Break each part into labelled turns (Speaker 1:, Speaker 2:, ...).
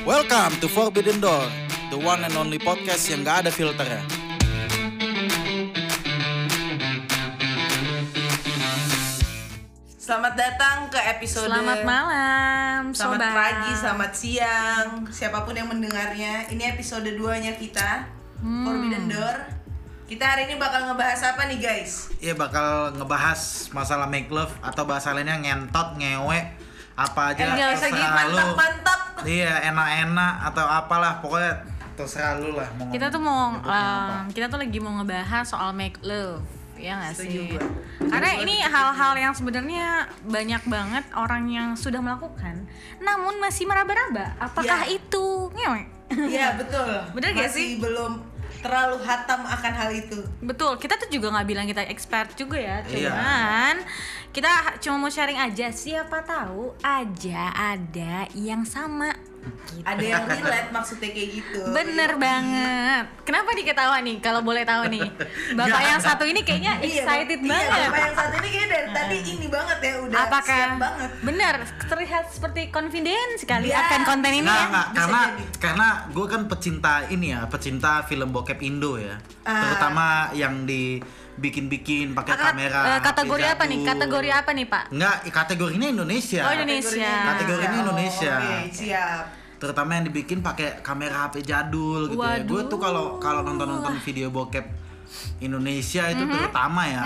Speaker 1: Welcome to Forbidden Door, the one and only podcast yang gak ada filternya.
Speaker 2: Selamat datang ke episode.
Speaker 3: Selamat malam,
Speaker 2: Selamat
Speaker 3: sobat.
Speaker 2: pagi, selamat siang, siapapun yang mendengarnya. Ini episode 2-nya kita, Forbidden Door. Kita hari ini bakal ngebahas apa nih guys?
Speaker 1: Iya, bakal ngebahas masalah make love atau bahasa lainnya ngentot, ngewe, apa aja
Speaker 2: Nggak usah gitu,
Speaker 1: terserah lu.
Speaker 2: mantap-mantap.
Speaker 1: Iya, enak-enak atau apalah, pokoknya terserah lu lah mau
Speaker 3: Kita tuh
Speaker 1: ngomong.
Speaker 3: kita tuh lagi mau ngebahas soal make love, ya nggak
Speaker 2: Setuju
Speaker 3: sih?
Speaker 2: gua.
Speaker 3: Karena ini hal-hal yang sebenarnya banyak banget orang yang sudah melakukan, namun masih meraba-raba. Apakah
Speaker 2: Ya.
Speaker 3: itu ngewe?
Speaker 2: Iya betul.
Speaker 3: Bener gak
Speaker 2: Masih
Speaker 3: sih?
Speaker 2: belum terlalu hatam akan hal itu.
Speaker 3: Betul, kita tuh juga nggak bilang kita expert juga ya,
Speaker 1: Iya.
Speaker 3: cuman kita cuma mau sharing aja, siapa tahu aja ada yang sama. Gitu.
Speaker 2: Ada yang relate maksudnya kayak gitu.
Speaker 3: Bener banget. Kenapa diketawa nih kalau boleh tahu nih? Bapak
Speaker 1: Nggak.
Speaker 3: yang satu ini kayaknya
Speaker 2: Iya,
Speaker 3: excited
Speaker 2: Iya,
Speaker 3: banget.
Speaker 2: Bapak yang satu ini kayak dari tadi ini banget ya, udah
Speaker 3: Apakah
Speaker 2: siap banget.
Speaker 3: benar terlihat seperti confident sekali
Speaker 2: Ya.
Speaker 3: akan konten ini?
Speaker 1: Nggak,
Speaker 3: Ya?
Speaker 2: bisa jadi.
Speaker 1: karena gue kan pecinta film bokep Indo ya. Terutama yang dibikin pakai kamera
Speaker 3: Kategori
Speaker 1: HP
Speaker 3: apa nih?
Speaker 1: jadul.
Speaker 3: Kategori apa nih, Pak?
Speaker 1: Enggak, kategorinya Indonesia.
Speaker 3: Oh, Indonesia.
Speaker 1: Kategorinya Indonesia.
Speaker 2: Oke, siap.
Speaker 1: Terutama yang dibikin pakai kamera HP jadul gitu ya.
Speaker 3: Waduh.
Speaker 1: Gue tuh kalau nonton video bokep Indonesia itu terutama ya,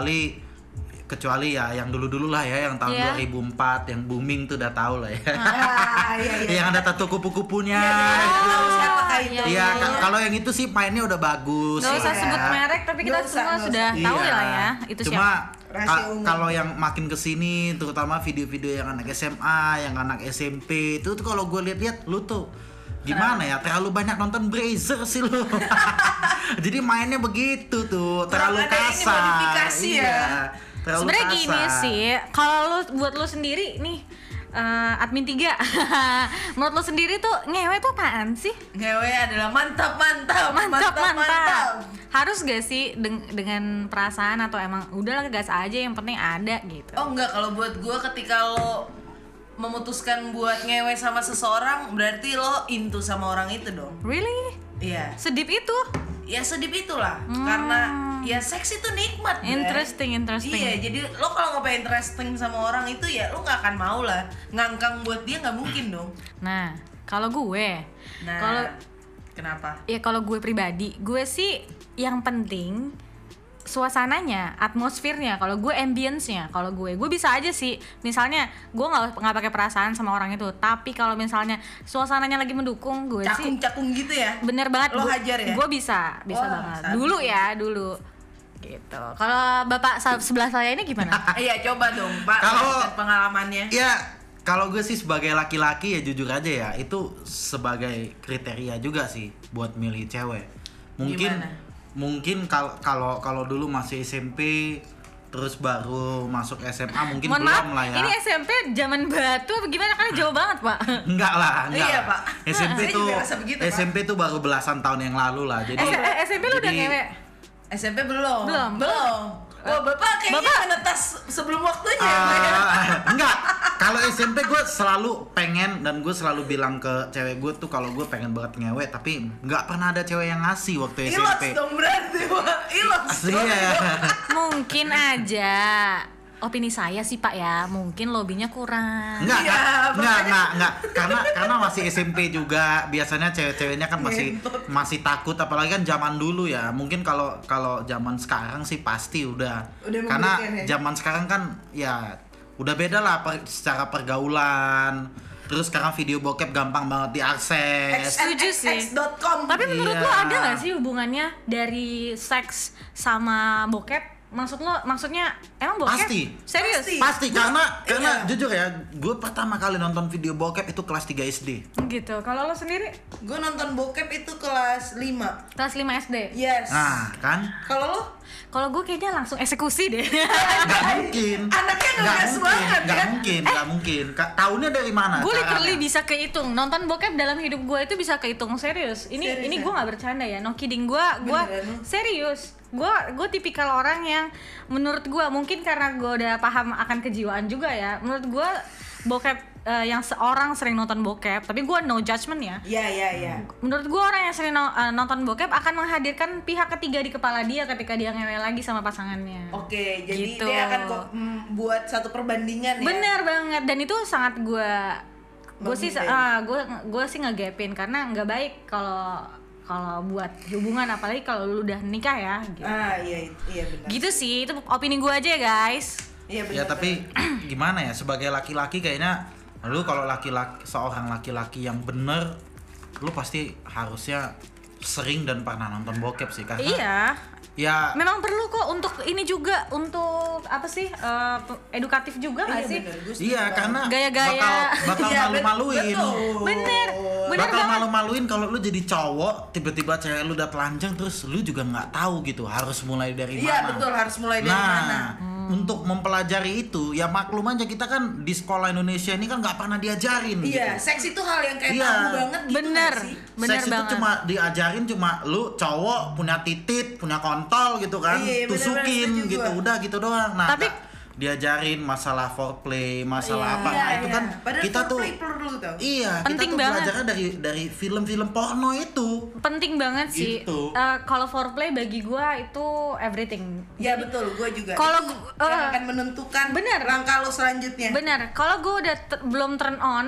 Speaker 1: kecuali ya yang dulu-dulu lah ya, yang tahun
Speaker 3: Iya.
Speaker 1: 2004 yang booming tuh udah tahu lah ya.
Speaker 2: Ah, iya iya.
Speaker 1: Yang ada tato kupu-kupunya.
Speaker 2: Tahu siapa kayak itu.
Speaker 1: Iya, kalau yang itu sih mainnya udah bagus.
Speaker 3: Nggak usah
Speaker 1: lah ya.
Speaker 3: sebut merek, tapi kita
Speaker 2: Nggak usah,
Speaker 3: semua
Speaker 2: nggak
Speaker 3: sudah
Speaker 2: usah.
Speaker 3: tahu
Speaker 1: Iya.
Speaker 3: lah ya. Itu
Speaker 1: Cuma
Speaker 3: siapa?
Speaker 2: Rahasia umum.
Speaker 1: kalau yang makin kesini, terutama video-video yang anak SMA, yang anak SMP, itu tuh kalau gue lihat-lihat, lu tuh gimana ya? Terlalu banyak nonton Brazzer sih lu. Jadi mainnya begitu tuh, terlalu
Speaker 2: Kurang ada ini
Speaker 1: kasar.
Speaker 2: modifikasi ya.
Speaker 1: Iya, terlalu
Speaker 3: Sebenarnya gini
Speaker 1: kasar.
Speaker 3: sih, kalau lu buat lu sendiri nih, admin 3 menurut lu sendiri tuh ngewe tuh apaan sih?
Speaker 2: Ngewe adalah mantap.
Speaker 3: Harus gak sih dengan perasaan atau emang udahlah gas aja yang penting ada gitu?
Speaker 2: Oh enggak, kalau buat gue ketika lo memutuskan buat ngewe sama seseorang, berarti lo into sama orang itu dong.
Speaker 3: Really?
Speaker 2: Iya.
Speaker 3: Sedip itu?
Speaker 2: Ya sedip itulah. Karena ya seks itu nikmat. Bray.
Speaker 3: Interesting.
Speaker 2: Iya, jadi lo kalau nggak pengen interesting sama orang itu ya lo nggak akan mau lah. Ngangkang buat dia nggak mungkin dong.
Speaker 3: Nah, kalau gue,
Speaker 2: Nah,
Speaker 3: kalau
Speaker 2: kenapa?
Speaker 3: ya kalau gue pribadi, gue sih yang penting suasananya, atmosfernya. Kalau gue ambience-nya, kalau gue bisa aja sih. Misalnya gue nggak pakai perasaan sama orang itu, tapi kalau misalnya suasananya lagi mendukung, gue sih
Speaker 2: Cakung-cakung gitu ya?
Speaker 3: bener banget.
Speaker 2: Lo hajar ya?
Speaker 3: Gue bisa
Speaker 2: Wah,
Speaker 3: banget.
Speaker 2: sadis.
Speaker 3: Dulu gitu. Kalau bapak sebelah saya ini gimana?
Speaker 2: Iya, coba dong Pak,
Speaker 1: Kalau-
Speaker 2: berikan pengalamannya.
Speaker 1: Ya, kalau gue sih sebagai laki-laki ya jujur aja ya, itu sebagai kriteria juga sih buat milih cewek.
Speaker 2: Gimana?
Speaker 1: Mungkin kalau dulu masih SMP terus baru masuk SMA mungkin
Speaker 3: Mohon
Speaker 1: belum
Speaker 3: maaf,
Speaker 1: lah ya.
Speaker 3: ini SMP zaman batu apa gimana? Kan jauh banget, Pak.
Speaker 1: Enggak lah.
Speaker 2: Iya, Pak.
Speaker 1: SMP
Speaker 2: Saya
Speaker 1: tuh
Speaker 2: juga rasa begitu, Pak.
Speaker 1: SMP tuh baru belasan tahun yang lalu lah. Jadi
Speaker 3: SMP lu udah
Speaker 1: jadi-
Speaker 3: ngewe?
Speaker 2: SMP belum.
Speaker 3: Belum.
Speaker 2: Oh, Bapak kayaknya
Speaker 3: Bapak-
Speaker 2: menetas sebelum waktunya. ya?
Speaker 1: Enggak, kalau SMP gue selalu pengen dan gue selalu bilang ke cewek gue tuh kalau gue pengen banget ngewe, tapi nggak pernah ada cewek yang ngasih waktu
Speaker 2: Ilos
Speaker 1: SMP.
Speaker 2: dong berarti, Pak. Ilos dong.
Speaker 1: Iya.
Speaker 3: Mungkin aja opini saya sih Pak ya, mungkin lobbynya kurang.
Speaker 1: Enggak,
Speaker 2: Iya,
Speaker 1: enggak. Karena masih SMP juga. Biasanya cewek-ceweknya kan masih takut, apalagi kan zaman dulu ya. Mungkin kalau zaman sekarang sih pasti udah. Karena
Speaker 2: memberikan ya?
Speaker 1: zaman sekarang kan ya udah beda lah secara pergaulan. Terus sekarang video bokep gampang banget diakses.
Speaker 3: Setuju sih.
Speaker 2: xnxx.com.
Speaker 3: Tapi menurut
Speaker 1: Iya.
Speaker 3: lo ada gak sih hubungannya dari seks sama bokep? Maksudnya emang bokep?
Speaker 1: Pasti.
Speaker 3: Serius?
Speaker 1: Pasti karena
Speaker 2: Iya.
Speaker 1: jujur ya, gue pertama kali nonton video bokep itu kelas 3 SD.
Speaker 3: Gitu. Kalau lo sendiri
Speaker 2: Gue nonton bokep itu kelas 5.
Speaker 3: kelas 5 SD?
Speaker 2: Yes.
Speaker 1: Nah, kan?
Speaker 2: Kalau lo?
Speaker 3: Kalau gue kayaknya langsung eksekusi deh.
Speaker 1: Nggak mungkin.
Speaker 2: Anaknya ngegas banget,
Speaker 1: Nggak
Speaker 2: kan?
Speaker 1: mungkin. Tahunnya dari mana?
Speaker 3: Gue literally
Speaker 1: caranya?
Speaker 3: bisa kehitung. Nonton bokep dalam hidup gue itu bisa kehitung, serius.
Speaker 2: Serius,
Speaker 3: Ini
Speaker 2: ya?
Speaker 3: gue nggak bercanda ya, no kidding. Gue
Speaker 2: Beneran, lo?
Speaker 3: serius. Gue tipikal orang yang menurut gue mungkin karena gue udah paham akan kejiwaan juga ya. Menurut gue bokep yang seorang sering nonton bokep, tapi gue no judgment ya.
Speaker 2: Iya.
Speaker 3: Menurut gue orang yang sering nonton bokep akan menghadirkan pihak ketiga di kepala dia ketika dia ngewe lagi sama pasangannya.
Speaker 2: Oke, jadi
Speaker 3: Gitu.
Speaker 2: dia akan buat satu perbandingan ya.
Speaker 3: Bener banget, dan itu sangat gue sih ngegapin karena nggak baik kalau buat hubungan, apalagi kalau lu udah nikah ya. Gitu.
Speaker 2: Iya benar.
Speaker 3: Gitu sih, itu opini gue aja ya guys.
Speaker 2: Iya benar.
Speaker 1: Ya tapi gimana ya, sebagai laki-laki kayaknya lu kalau seorang laki-laki yang bener, lu pasti harusnya sering dan pernah nonton bokep sih, karena
Speaker 3: Iya.
Speaker 1: ya
Speaker 3: Memang perlu kok untuk ini juga, untuk apa sih, edukatif juga nggak sih?
Speaker 2: Bener, gue setuju
Speaker 1: iya
Speaker 2: banget.
Speaker 1: karena
Speaker 3: Gaya-gaya.
Speaker 1: bakal
Speaker 2: Iya,
Speaker 1: malu-maluin.
Speaker 2: betul.
Speaker 3: Bener
Speaker 1: Bakal
Speaker 3: banget.
Speaker 1: malu-maluin kalau lu jadi cowok, tiba-tiba cewek lu udah telanjang, terus lu juga nggak tahu gitu harus mulai dari mana.
Speaker 2: Iya betul, harus mulai dari mana.
Speaker 1: Untuk mempelajari itu ya maklum aja, kita kan di sekolah Indonesia ini kan nggak pernah diajarin
Speaker 2: Iya,
Speaker 1: gitu.
Speaker 2: seks itu hal yang kayak
Speaker 1: Iya.
Speaker 2: tabu banget gitu.
Speaker 3: Bener.
Speaker 2: nggak sih?
Speaker 3: Bener
Speaker 1: Seks itu
Speaker 3: banget.
Speaker 1: cuma diajarin lu cowok punya titit, punya kontol gitu kan,
Speaker 2: Iya, bener-bener
Speaker 1: tusukin
Speaker 2: setuju
Speaker 1: gitu,
Speaker 2: gua.
Speaker 1: udah gitu doang. Nah,
Speaker 3: Tapi-
Speaker 1: nggak diajarin masalah foreplay, masalah
Speaker 3: Iya.
Speaker 1: apa. Nah,
Speaker 2: Iya,
Speaker 1: itu
Speaker 2: iya.
Speaker 1: kan
Speaker 2: Padahal
Speaker 1: kita tuh
Speaker 2: foreplay perlu tau.
Speaker 1: iya,
Speaker 3: Penting
Speaker 1: kita tuh
Speaker 3: banget.
Speaker 1: belajarnya dari film-film porno itu.
Speaker 3: Penting banget sih.
Speaker 1: Gitu.
Speaker 3: Kalau foreplay bagi gue itu everything.
Speaker 2: Iya betul, gue juga.
Speaker 3: Kalau
Speaker 2: Itu
Speaker 3: gua-
Speaker 2: yang akan menentukan
Speaker 3: bener.
Speaker 2: langkah lo selanjutnya.
Speaker 3: Bener, kalau gue udah belum turn on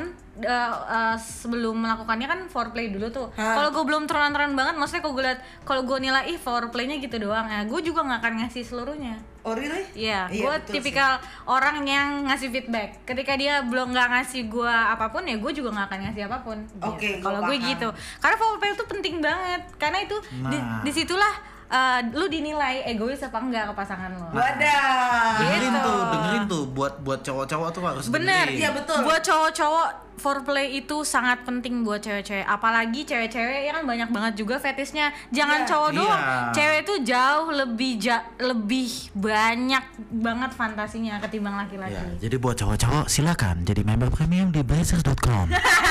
Speaker 3: sebelum melakukannya kan foreplay dulu tuh. Kalau gue belum turn on banget, maksudnya kalau gue liat, kalau gue nilai foreplaynya gitu doang ya, gue juga nggak akan ngasih seluruhnya.
Speaker 2: Oh really?
Speaker 3: Iya,
Speaker 2: Iya,
Speaker 3: gue
Speaker 2: betul
Speaker 3: tipikal orang yang ngasih feedback. Ketika dia belum nggak ngasih gue apapun ya, gue juga nggak akan ngasih apapun.
Speaker 2: Oke,
Speaker 3: Kalau
Speaker 2: gua
Speaker 3: gue
Speaker 2: paham.
Speaker 3: gitu, karena foreplay itu penting banget, karena itu
Speaker 1: Nah.
Speaker 3: disitulah lu dinilai egois apa enggak ke pasangan lo.
Speaker 2: Wadah.
Speaker 3: Gitu.
Speaker 1: Dengerin tuh buat cowok-cowok tuh harus
Speaker 3: Bener,
Speaker 1: dengerin.
Speaker 2: Iya, betul.
Speaker 3: Buat cowok-cowok foreplay itu sangat penting buat cewek-cewek. Apalagi cewek-cewek ya kan banyak banget juga fetishnya. Jangan
Speaker 2: Iya.
Speaker 3: cowok doang.
Speaker 1: Iya.
Speaker 3: Cewek itu jauh lebih banyak banget fantasinya ketimbang laki-laki.
Speaker 1: Ya, jadi buat cowok-cowok silakan jadi member premium di blazers.com.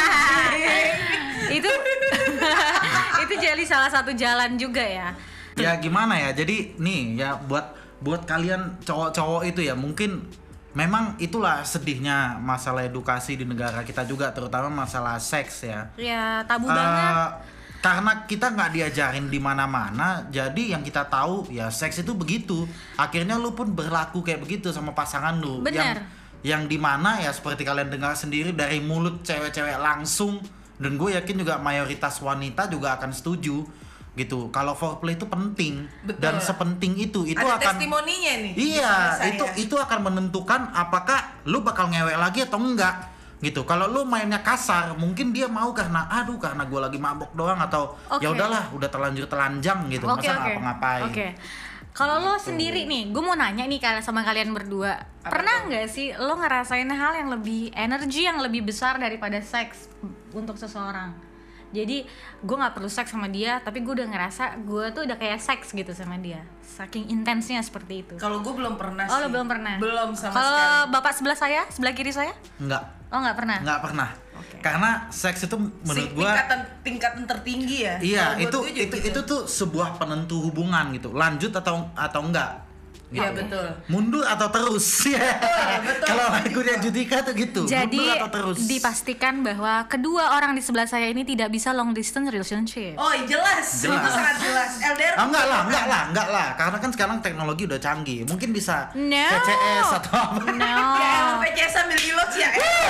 Speaker 3: Itu itu jadi salah satu jalan juga ya.
Speaker 1: Ya gimana ya, jadi nih ya buat kalian cowok-cowok itu ya, mungkin memang itulah sedihnya masalah edukasi di negara kita juga, terutama masalah seks ya.
Speaker 3: Ya tabu banget.
Speaker 1: Karena kita nggak diajarin di mana-mana, jadi yang kita tahu ya seks itu begitu. Akhirnya lu pun berlaku kayak begitu sama pasangan lu.
Speaker 3: Bener.
Speaker 1: Yang dimana ya seperti kalian dengar sendiri dari mulut cewek-cewek langsung, dan gue yakin juga mayoritas wanita juga akan setuju gitu. Kalau foreplay itu penting.
Speaker 2: Betul.
Speaker 1: Dan sepenting itu
Speaker 2: Ada
Speaker 1: akan
Speaker 2: testimoninya nih.
Speaker 1: iya,
Speaker 2: Bisa
Speaker 1: itu akan menentukan apakah lu bakal ngewek lagi atau enggak gitu. Kalau lu mainnya kasar, mungkin dia mau karena gue lagi mabok doang, atau
Speaker 3: Oke.
Speaker 1: ya udahlah udah terlanjur telanjang gitu,
Speaker 3: Oke,
Speaker 1: masa
Speaker 3: oke.
Speaker 1: ngapa-ngapain.
Speaker 3: Oke. Kalau lo sendiri nih, gue mau nanya nih sama kalian berdua, pernah nggak sih lo ngerasain hal yang lebih energi yang lebih besar daripada seks untuk seseorang? Jadi gue nggak perlu seks sama dia, tapi gue udah ngerasa gue tuh udah kayak seks gitu sama dia, saking intensnya seperti itu.
Speaker 2: Kalau gue belum pernah
Speaker 3: Oh,
Speaker 2: sih.
Speaker 3: lo belum pernah?
Speaker 2: Belum sama
Speaker 3: Kalau
Speaker 2: sekali.
Speaker 3: bapak sebelah saya, sebelah kiri saya?
Speaker 1: Enggak,
Speaker 3: Oh nggak pernah?
Speaker 1: enggak pernah.
Speaker 3: Oke.
Speaker 1: Karena seks itu menurut gua
Speaker 2: tingkatan tertinggi ya.
Speaker 1: iya,
Speaker 2: Kalau buat gue juga
Speaker 1: itu tuh sebuah penentu hubungan gitu. Lanjut atau enggak.
Speaker 2: Iya
Speaker 1: Gitu.
Speaker 2: betul.
Speaker 1: Mundur atau terus.
Speaker 2: betul,
Speaker 1: Kalau
Speaker 2: setuju
Speaker 1: lagunya
Speaker 2: gua.
Speaker 1: Judika tuh gitu.
Speaker 3: Jadi
Speaker 1: mundur atau terus.
Speaker 3: dipastikan bahwa kedua orang di sebelah saya ini tidak bisa long distance relationship.
Speaker 2: Oh jelas. Itu sangat jelas. LDR.
Speaker 1: Enggak lah. Karena kan sekarang teknologi udah canggih. Mungkin bisa
Speaker 3: No.
Speaker 1: CCS atau apa.
Speaker 3: No.
Speaker 2: Ya LPCS sambil gilot ya.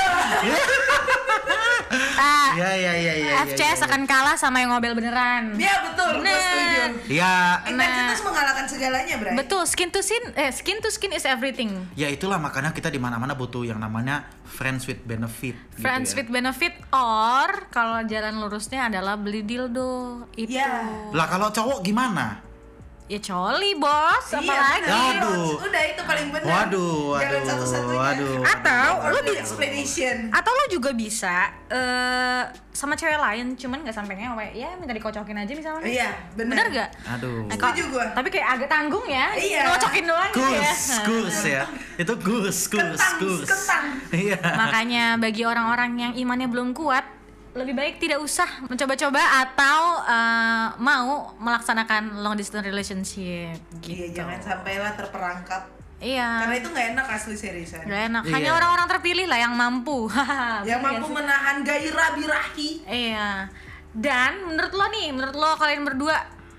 Speaker 3: Ah,
Speaker 1: Iya.
Speaker 3: FCS akan kalah sama yang ngobel beneran.
Speaker 2: Iya betul. Gue
Speaker 3: Bener.
Speaker 2: setuju.
Speaker 1: Ya,
Speaker 2: Intensitas mengalahkan segalanya, Bray.
Speaker 3: Betul, skin to skin is everything.
Speaker 1: ya itulah makanya kita di mana-mana butuh yang namanya friends with benefit.
Speaker 3: Friends
Speaker 1: gitu ya.
Speaker 3: with benefit, or kalau jalan lurusnya adalah beli dildo itu.
Speaker 2: Ya.
Speaker 1: Lah kalau cowok gimana?
Speaker 3: Ya coli bos,
Speaker 2: Iya,
Speaker 3: apalagi.
Speaker 2: bener.
Speaker 1: Aduh.
Speaker 2: Udah itu paling benar.
Speaker 1: Waduh.
Speaker 2: Jalan satu-satunya.
Speaker 3: Atau lu
Speaker 2: di expedition.
Speaker 3: Atau lo juga bisa sama cewek lain, cuman nggak sampai ngewe, ya minta dikocokin aja misalnya.
Speaker 2: Iya, bener.
Speaker 3: Bener gak?
Speaker 1: Aduh.
Speaker 2: Setuju gua.
Speaker 3: Tapi kayak agak tanggung ya.
Speaker 2: Iya.
Speaker 3: Ngocokin doang gitu ya.
Speaker 1: Kurs ya. Itu kurs.
Speaker 2: Kentang.
Speaker 1: Iya.
Speaker 3: Makanya bagi orang-orang yang imannya belum kuat, lebih baik tidak usah mencoba-coba atau mau melaksanakan long distance relationship gitu.
Speaker 2: Iya, jangan sampailah terperangkap.
Speaker 3: Iya.
Speaker 2: Karena itu nggak enak asli seriusan.
Speaker 3: Gak enak.
Speaker 1: Iya.
Speaker 3: Hanya orang-orang terpilih lah yang mampu.
Speaker 2: Yang
Speaker 3: Bener
Speaker 2: mampu
Speaker 3: gak sih?
Speaker 2: menahan gairah birahi.
Speaker 3: Iya. Dan menurut lo kalian berdua,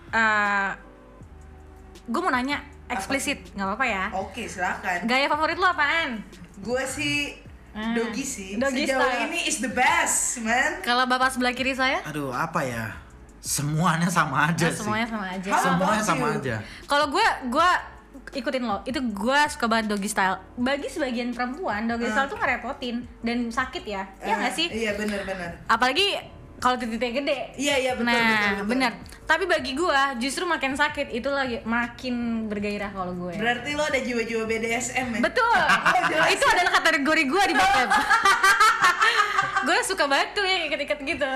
Speaker 3: gue mau nanya eksplisit, nggak apa-apa ya?
Speaker 2: Oke, silakan.
Speaker 3: Gaya favorit lo apaan?
Speaker 2: Gue sih doggy sih.
Speaker 3: Doggy
Speaker 2: Sejauh
Speaker 3: style.
Speaker 2: ini is the best, man.
Speaker 3: Kalau bapak sebelah kiri saya?
Speaker 1: Aduh, apa ya? Semuanya sama aja sih.
Speaker 3: Semuanya sama aja.
Speaker 2: How
Speaker 1: Semuanya
Speaker 2: about
Speaker 1: sama
Speaker 2: you?
Speaker 1: aja.
Speaker 3: Kalau gue ikutin lo, itu gue suka banget doggy style. Bagi sebagian perempuan, doggy style tuh ngerepotin dan sakit ya, ya nggak sih?
Speaker 2: Iya, benar-benar.
Speaker 3: Apalagi kalau titiknya gede.
Speaker 2: Iya, betul,
Speaker 3: Nah,
Speaker 2: betul.
Speaker 3: bener. Tapi bagi gue justru makin sakit itu lagi makin bergairah kalau gue.
Speaker 2: Berarti lo ada jiwa-jiwa BDSM ya?
Speaker 3: Betul.
Speaker 2: jelas.
Speaker 3: Itu adalah kategori gue di Bokep. Gue suka banget tuh yang ikat-ikat gitu.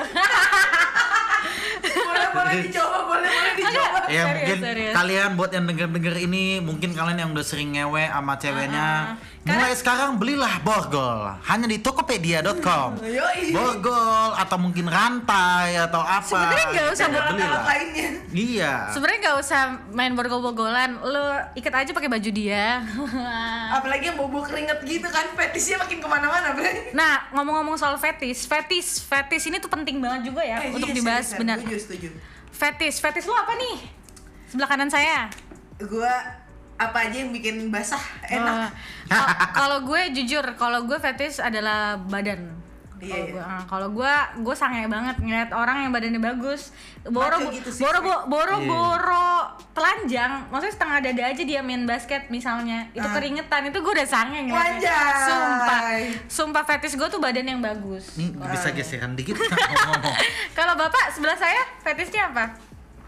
Speaker 2: boleh dicoba.
Speaker 1: Ya
Speaker 3: Serius,
Speaker 1: mungkin
Speaker 3: serius.
Speaker 1: kalian buat yang denger-denger ini, mungkin kalian yang udah sering ngewe sama ceweknya, mulai sekarang belilah borgol hanya di tokopedia.com.
Speaker 2: Yoi.
Speaker 1: Borgol atau mungkin rantai atau apa.
Speaker 3: Sebenarnya nggak usah
Speaker 1: Belilah.
Speaker 2: Alat-alat lainnya.
Speaker 1: Iya.
Speaker 3: Sebenarnya nggak usah main borgol-borgolan, lo ikat aja pakai baju dia.
Speaker 2: Apalagi yang bobo keringet gitu kan, fetisnya makin kemana-mana, Bre.
Speaker 3: Nah, ngomong-ngomong soal fetis ini tuh penting banget juga ya untuk
Speaker 2: Iya,
Speaker 3: dibahas,
Speaker 2: seriusan.
Speaker 3: benar.
Speaker 2: Setuju.
Speaker 3: Fetis lo apa nih? Sebelah kanan saya.
Speaker 2: Gua apa aja yang bikin basah enak.
Speaker 3: Kalau gue jujur, kalau gue fetis adalah badan.
Speaker 2: Iya.
Speaker 3: Kalau gue sange banget ngeliat orang yang badannya bagus,
Speaker 2: Maco gitu sih,
Speaker 3: boro telanjang, maksudnya setengah dada aja dia main basket misalnya, itu keringetan, itu gue udah sange ngeliatnya.
Speaker 2: Wajay.
Speaker 3: Sumpah fetis gue tuh badan yang bagus.
Speaker 1: Ini bisa geseran dikit ngomong.
Speaker 3: Kalau bapak sebelah saya fetisnya apa?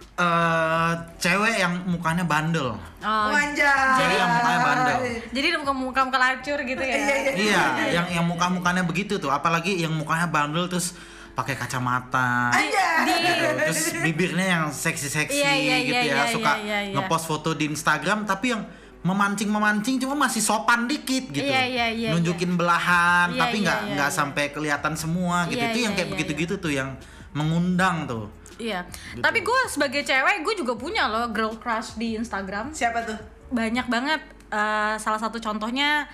Speaker 1: Cewek yang mukanya bandel.
Speaker 3: Oh,
Speaker 2: Wajay.
Speaker 1: Cewek yang mukanya bandel.
Speaker 3: jadi muka lacur gitu ya?
Speaker 1: Iya, yang muka-mukanya begitu tuh, apalagi yang mukanya bandel terus pakai kacamata. Gitu. Terus bibirnya yang seksi-seksi
Speaker 3: Iya,
Speaker 1: gitu ya, suka
Speaker 3: iya.
Speaker 1: ngepost foto di Instagram tapi yang memancing cuma masih sopan dikit gitu.
Speaker 3: Iya,
Speaker 1: Nunjukin belahan
Speaker 3: Iya,
Speaker 1: tapi
Speaker 3: iya,
Speaker 1: nggak
Speaker 3: iya.
Speaker 1: sampai kelihatan semua gitu.
Speaker 3: Iya,
Speaker 1: Itu yang
Speaker 3: iya,
Speaker 1: kayak
Speaker 3: iya,
Speaker 1: begitu-gitu tuh yang mengundang tuh.
Speaker 3: Iya.
Speaker 1: Gitu.
Speaker 3: Tapi gue sebagai cewek gue juga punya loh girl crush di Instagram.
Speaker 2: Siapa tuh?
Speaker 3: Banyak banget. Salah satu contohnya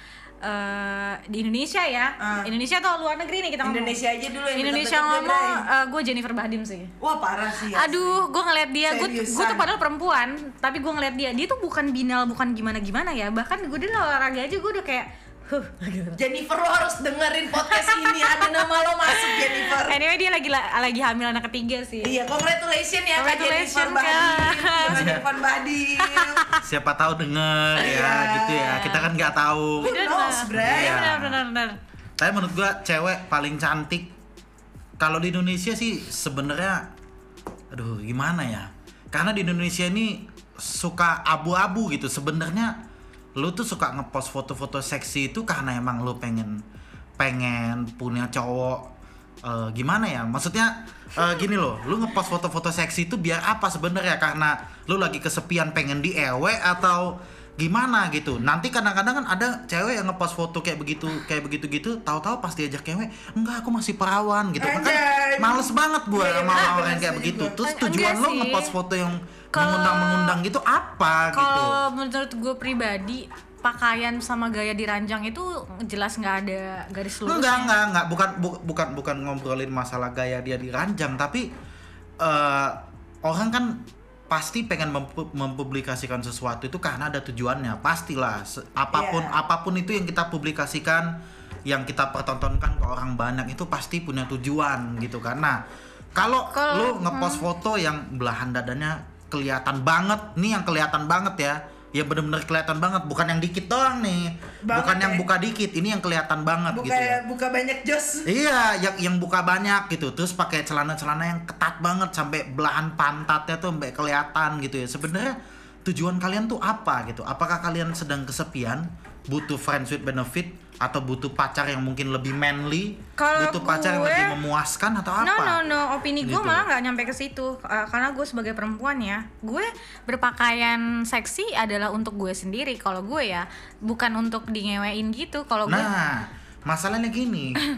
Speaker 3: di Indonesia ya. Indonesia atau luar negeri nih kita ngomong.
Speaker 2: Indonesia aja dulu yang
Speaker 3: Indonesia
Speaker 2: deket-deket
Speaker 3: ngomong,
Speaker 2: Bray.
Speaker 3: gue Jennifer Bahdim sih.
Speaker 2: Wah, parah sih.
Speaker 3: Aduh, gue ngeliat dia, gue
Speaker 2: Seriusan.
Speaker 3: tuh padahal perempuan, tapi gue ngeliat dia tuh bukan binal, bukan gimana ya. Bahkan gue dia olahraga aja gue udah kayak, gitu.
Speaker 2: Jennifer, lo harus dengerin podcast ini. Ada nama lo masuk, Jennifer.
Speaker 3: Anyway dia lagi hamil anak ketiga sih.
Speaker 2: Iya, congratulations ya Kak Jennifer
Speaker 3: Congratulations, Kak.
Speaker 2: Bahdim. Jennifer Bahdim.
Speaker 1: Siapa tahu denger ya
Speaker 2: Iya.
Speaker 1: gitu ya. Kita kan nggak tahu.
Speaker 2: Who knows, Bray?
Speaker 1: Iya.
Speaker 3: Benar.
Speaker 1: Tapi menurut gua cewek paling cantik kalau di Indonesia sih sebenarnya, aduh gimana ya? Karena di Indonesia ini suka abu-abu gitu. Sebenarnya lu tuh suka ngepost foto-foto seksi itu karena emang lu pengen punya cowok gimana ya? Maksudnya gini loh, lu ngepost foto-foto seksi itu biar apa sebenarnya? Karena lu lagi kesepian pengen di ewe atau gimana gitu. Nanti kadang-kadang kan ada cewek yang ngepost foto kayak begitu gitu, tahu-tahu pas diajak cewek, enggak aku masih perawan gitu.
Speaker 2: Anjay.
Speaker 1: Makanya males banget gua
Speaker 2: Iya,
Speaker 1: sama
Speaker 2: bener,
Speaker 1: orang yang kayak
Speaker 2: setuju
Speaker 1: begitu.
Speaker 2: gua.
Speaker 1: Terus
Speaker 3: Enggak
Speaker 1: tujuan lu
Speaker 3: sih.
Speaker 1: ngepost foto yang
Speaker 3: Kalau-
Speaker 1: mengundang-mengundang gitu apa gitu?
Speaker 3: Kalau menurut gue pribadi, pakaian sama gaya diranjang itu jelas nggak ada garis lurusnya.
Speaker 1: Enggak, bukan ngobrolin masalah gaya dia diranjang, tapi orang kan pasti pengen mempublikasikan sesuatu itu karena ada tujuannya, pastilah. Apapun itu yang kita publikasikan, yang kita pertontonkan ke orang banyak itu pasti punya tujuan gitu kan. Nah, kalau lu ngepost foto yang belahan dadanya kelihatan banget, nih yang kelihatan banget ya. Ya bener-bener kelihatan banget, bukan yang dikit doang nih.
Speaker 2: Banget
Speaker 1: bukan yang
Speaker 2: ya.
Speaker 1: buka dikit, ini yang kelihatan banget gitu ya.
Speaker 2: Buka banyak jos.
Speaker 1: Iya, yang buka banyak gitu. Terus pakai celana-celana yang ketat banget sampai belahan pantatnya tuh sampai kelihatan gitu ya. Sebenarnya tujuan kalian tuh apa gitu? Apakah kalian sedang kesepian, butuh friends with benefit, atau butuh pacar yang mungkin lebih manly,
Speaker 3: Kalau
Speaker 1: butuh pacar yang
Speaker 3: gue-
Speaker 1: lebih memuaskan atau apa?
Speaker 3: No, opini gue
Speaker 1: Gitu.
Speaker 3: malah nggak nyampe ke situ. Karena gue sebagai perempuan ya, gue berpakaian seksi adalah untuk gue sendiri. Kalau gue ya, bukan untuk di ngewein gitu. Kalau gue,
Speaker 1: Nah, masalahnya gini.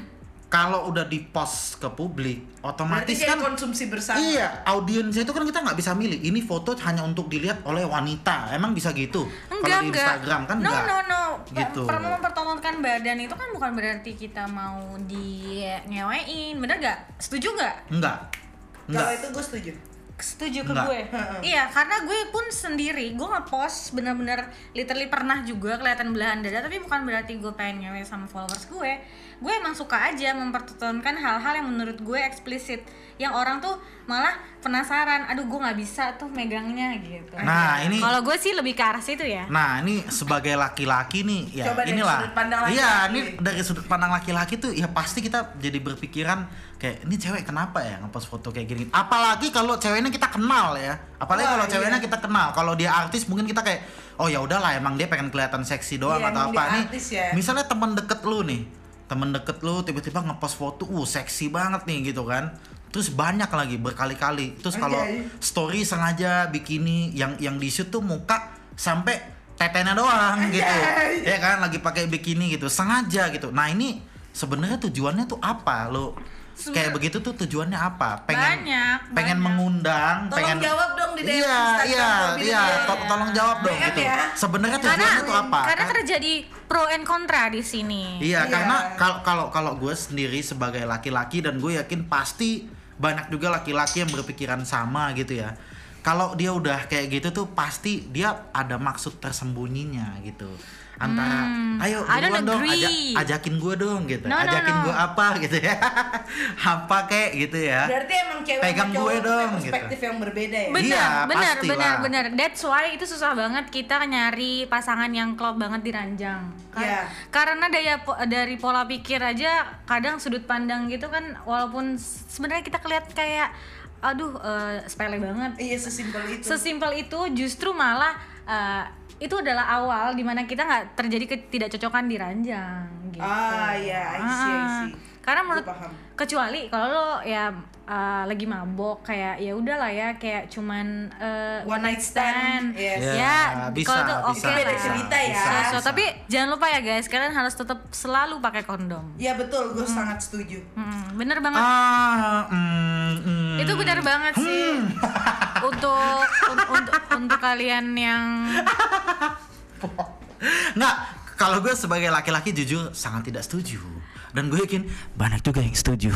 Speaker 1: kalau udah di-post ke publik, otomatis
Speaker 2: Berarti
Speaker 1: kan
Speaker 2: konsumsi bersama.
Speaker 1: iya, audiensnya itu kan kita nggak bisa milih. Ini foto hanya untuk dilihat oleh wanita. Emang bisa gitu? Kalau di Instagram kan
Speaker 3: no,
Speaker 1: enggak.
Speaker 3: no.
Speaker 1: Gitu.
Speaker 3: Mempertontonkan badan itu kan bukan berarti kita mau nyewein, bener gak? Setuju gak?
Speaker 1: Enggak.
Speaker 2: Kalau itu gue setuju.
Speaker 3: Setuju ke
Speaker 1: Enggak.
Speaker 3: gue. Iya, karena gue pun sendiri gue nge-post bener-bener literally pernah juga kelihatan belahan dada, tapi bukan berarti gue pengen ngewe sama followers gue. Gue emang suka aja mempertontonkan hal-hal yang menurut gue eksplisit, yang orang tuh malah penasaran, aduh gue nggak bisa tuh megangnya gitu.
Speaker 1: Nah, ini
Speaker 3: Kalau gue sih lebih ke arah situ ya.
Speaker 1: Nah, ini sebagai laki-laki nih, ya
Speaker 2: Coba dari
Speaker 1: inilah.
Speaker 2: sudut pandang laki-laki.
Speaker 1: Iya, ini dari sudut pandang laki-laki tuh ya pasti kita jadi berpikiran kayak ini cewek kenapa ya ngepost foto kayak gini. Apalagi kalau ceweknya kita kenal ya. Apalagi
Speaker 2: Wah,
Speaker 1: kalau ceweknya
Speaker 2: iya.
Speaker 1: kita kenal. Kalau dia artis mungkin kita kayak oh ya udahlah emang dia pengen kelihatan seksi doang
Speaker 2: Iya,
Speaker 1: atau
Speaker 2: emang
Speaker 1: apa
Speaker 2: dia
Speaker 1: nih.
Speaker 2: artis ya.
Speaker 1: Misalnya teman deket lu nih. Temen deket lu tiba-tiba ngepost foto, seksi banget nih gitu kan. Terus banyak lagi berkali-kali. Terus kalau
Speaker 2: Anjay.
Speaker 1: story sengaja bikini yang di shoot tuh muka sampai tetenya doang gitu. Ya kan lagi pakai bikini gitu, sengaja gitu. Nah, ini sebenarnya tujuannya tuh apa lo? Kayak begitu tuh tujuannya apa? Pengen
Speaker 3: Banyak.
Speaker 1: mengundang,
Speaker 2: Tolong
Speaker 1: pengen
Speaker 2: jawab dong di DM
Speaker 1: Iya,
Speaker 2: Instagram
Speaker 1: iya,
Speaker 2: Forbidden
Speaker 1: iya,
Speaker 2: Door.
Speaker 1: tolong jawab dong
Speaker 2: DM
Speaker 1: gitu.
Speaker 2: ya.
Speaker 1: Sebenarnya
Speaker 3: Karena
Speaker 1: tujuannya tuh apa?
Speaker 3: karena terjadi pro and kontra di sini.
Speaker 1: Iya,
Speaker 2: Iya.
Speaker 1: karena kalau gue sendiri sebagai laki-laki dan gue yakin pasti banyak juga laki-laki yang berpikiran sama gitu ya. Kalau dia udah kayak gitu tuh pasti dia ada maksud tersembunyinya gitu. Antara ayo
Speaker 3: I don't
Speaker 1: duluan dong
Speaker 3: agree.
Speaker 1: ajakin gue dong gitu.
Speaker 3: No, no,
Speaker 1: ajakin
Speaker 3: no.
Speaker 1: gue apa gitu ya. Apa kayak gitu ya.
Speaker 2: Berarti emang cewek
Speaker 1: Pegang
Speaker 2: sama cowok
Speaker 1: gue
Speaker 2: tuh
Speaker 1: dong,
Speaker 2: punya perspektif yang berbeda ya.
Speaker 3: Benar,
Speaker 1: Iya,
Speaker 3: benar,
Speaker 1: pastilah.
Speaker 3: benar. That's why itu susah banget kita nyari pasangan yang klop banget di ranjang.
Speaker 2: Iya.
Speaker 3: Karena dari pola pikir aja kadang sudut pandang gitu kan, walaupun sebenarnya kita kelihat kayak aduh sepele banget.
Speaker 2: Iya, sesimpel itu.
Speaker 3: Sesimpel itu justru malah itu adalah awal dimana kita nggak terjadi ketidakcocokan di ranjang gitu.
Speaker 2: Ah, iya, I see.
Speaker 3: Karena
Speaker 2: Gua
Speaker 3: menurut
Speaker 2: paham.
Speaker 3: kecuali kalau lo ya lagi mabok kayak ya udahlah ya kayak cuman
Speaker 2: One night stand. Yes.
Speaker 1: Ya,
Speaker 3: Ya,
Speaker 1: bisa,
Speaker 3: kalau itu
Speaker 1: bisa,
Speaker 3: oke
Speaker 2: beda
Speaker 3: lah.
Speaker 2: cerita ya.
Speaker 3: So,
Speaker 1: bisa.
Speaker 3: tapi jangan lupa ya guys, kalian harus tetap selalu pakai kondom.
Speaker 2: Iya betul, gue sangat setuju.
Speaker 3: Bener banget. Itu benar banget sih. Untuk kalian yang
Speaker 1: Nggak, kalau gue sebagai laki-laki jujur sangat tidak setuju. Dan gue yakin banyak juga yang setuju.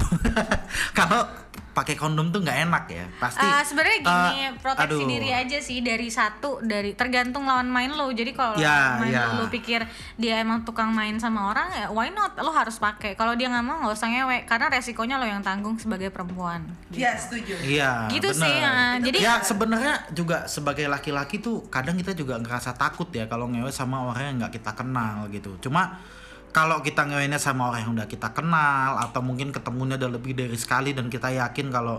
Speaker 1: Kalau pakai kondom tuh nggak enak ya, pasti.
Speaker 3: sebenarnya gini, proteksi
Speaker 1: aduh.
Speaker 3: diri aja sih dari tergantung lawan main lo. Jadi kalau
Speaker 1: Ya,
Speaker 3: main
Speaker 1: ya.
Speaker 3: lo pikir dia emang tukang main sama orang ya why not, lo harus pakai. Kalau dia nggak mau nggak usah ngewe, karena resikonya lo yang tanggung sebagai perempuan.
Speaker 2: Iya, setuju.
Speaker 1: Iya,
Speaker 3: Gitu
Speaker 1: bener.
Speaker 3: sih, jadi
Speaker 1: ya sebenarnya juga sebagai laki-laki tuh kadang kita juga ngerasa takut ya kalau ngewe sama orang yang nggak kita kenal gitu. Cuma kalau kita ngewenya sama orang yang udah kita kenal atau mungkin ketemunya udah lebih dari sekali dan kita yakin kalau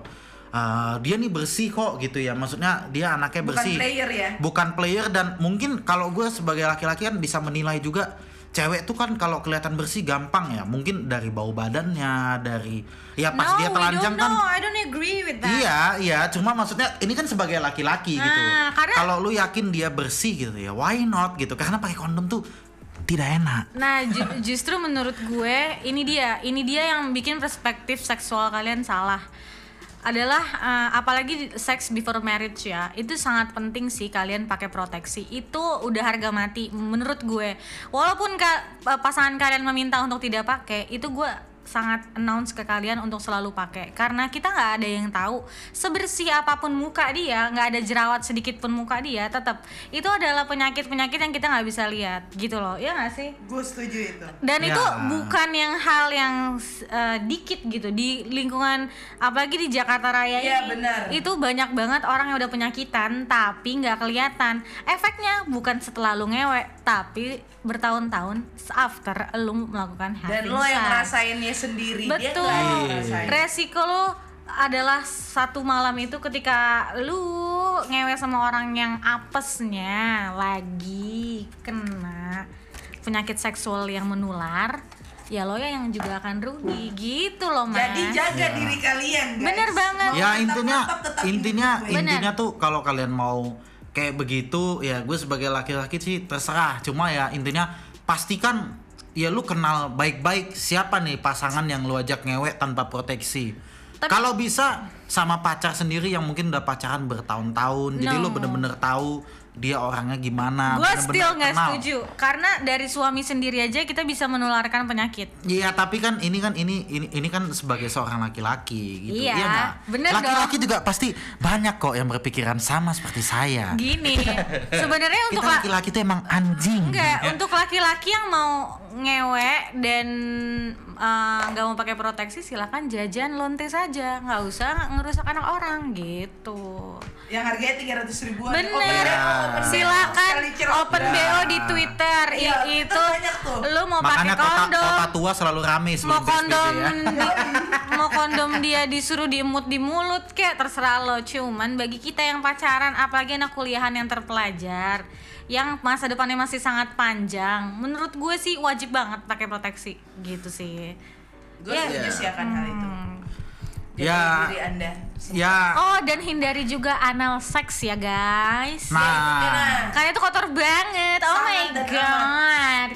Speaker 1: dia nih bersih kok gitu ya, maksudnya dia anaknya
Speaker 2: Bukan
Speaker 1: bersih,
Speaker 2: player ya.
Speaker 1: bukan player. Dan mungkin kalau gue sebagai laki-laki kan bisa menilai juga cewek tuh kan kalau kelihatan bersih gampang ya, mungkin dari bau badannya, dari ya pas dia telanjang kan.
Speaker 3: I don't agree with that.
Speaker 1: Iya, cuma maksudnya ini kan sebagai laki-laki gitu.
Speaker 3: karena-
Speaker 1: Kalau lu yakin dia bersih gitu ya, why not gitu? Karena pakai kondom tuh tidak enak.
Speaker 3: Nah, justru menurut gue ini dia yang bikin perspektif seksual kalian salah. Adalah apalagi sex before marriage ya, itu sangat penting sih kalian pakai proteksi. Itu udah harga mati menurut gue. Walaupun pasangan kalian meminta untuk tidak pakai, itu gue sangat announce ke kalian untuk selalu pakai, karena kita nggak ada yang tahu sebersih apapun muka dia, nggak ada jerawat sedikit pun muka dia, tetap itu adalah penyakit yang kita nggak bisa lihat gitu loh, ya nggak sih?
Speaker 2: Gue setuju itu.
Speaker 3: Dan
Speaker 1: Ya.
Speaker 3: itu bukan yang hal yang dikit gitu di lingkungan, apalagi di Jakarta Raya
Speaker 2: Iya,
Speaker 3: ini.
Speaker 2: benar.
Speaker 3: Itu banyak banget orang yang udah penyakitan tapi nggak kelihatan. Efeknya bukan setelah lu ngewe, tapi bertahun-tahun after lu melakukan
Speaker 2: Dan
Speaker 3: having
Speaker 2: lo yang
Speaker 3: sex.
Speaker 2: ngerasainnya sendiri. Dia
Speaker 3: Betul.
Speaker 2: nggak ada yang ngerasain.
Speaker 3: Resiko lo adalah satu malam itu ketika lu ngewe sama orang yang apesnya lagi kena penyakit seksual yang menular, ya lo yang juga akan rugi gitu loh, Mas.
Speaker 2: Jadi jaga diri kalian, guys.
Speaker 3: Bener banget.
Speaker 2: Mau
Speaker 1: Ya
Speaker 2: tetap
Speaker 1: intinya
Speaker 2: mantap, tetap
Speaker 1: intinya
Speaker 2: hidup.
Speaker 1: intinya tuh kalau kalian mau kayak begitu ya, gue sebagai laki-laki sih terserah. Cuma ya intinya pastikan ya lu kenal baik-baik siapa nih pasangan yang lu ajak ngewek tanpa proteksi. Kalau bisa sama pacar sendiri yang mungkin udah pacaran bertahun-tahun, jadi lu bener-bener tahu dia orangnya gimana.
Speaker 3: Gue still nggak setuju karena dari suami sendiri aja kita bisa menularkan penyakit.
Speaker 1: Iya, tapi kan ini kan sebagai seorang laki-laki gitu.
Speaker 3: Iya,
Speaker 1: nggak?
Speaker 3: bener
Speaker 1: Laki-laki
Speaker 3: dong.
Speaker 1: juga pasti banyak kok yang berpikiran sama seperti saya.
Speaker 3: Gini, sebenarnya
Speaker 1: Kita
Speaker 3: untuk
Speaker 1: laki-laki tuh emang anjing.
Speaker 3: enggak, untuk laki-laki yang mau ngewek dan nggak mau pakai proteksi silahkan jajan lonte saja, nggak usah ngerusak anak orang gitu.
Speaker 2: Yang harganya 300 ribuan.
Speaker 3: Bener,
Speaker 2: Silakan
Speaker 3: open BO di Twitter.
Speaker 2: Iya,
Speaker 3: Itu
Speaker 2: banyak tuh.
Speaker 3: lu mau pakai
Speaker 1: Makanya
Speaker 3: kondom,
Speaker 1: kota tua selalu rame
Speaker 3: mau
Speaker 1: sebelum
Speaker 3: kondom
Speaker 1: PSBB ya.
Speaker 3: mau kondom dia disuruh diemut di mulut kayak terserah lo. Cuman bagi kita yang pacaran, apalagi anak kuliahan yang terpelajar, yang masa depannya masih sangat panjang, menurut gue sih wajib banget pakai proteksi gitu sih.
Speaker 2: Gue setuju sih akan hal itu. Jaga
Speaker 1: Ya.
Speaker 2: diri Anda.
Speaker 1: Ya.
Speaker 3: Oh, dan hindari juga anal seks ya guys.
Speaker 1: Nah,
Speaker 3: Karena itu kotor banget. Oh my
Speaker 2: Sangat dan
Speaker 3: god.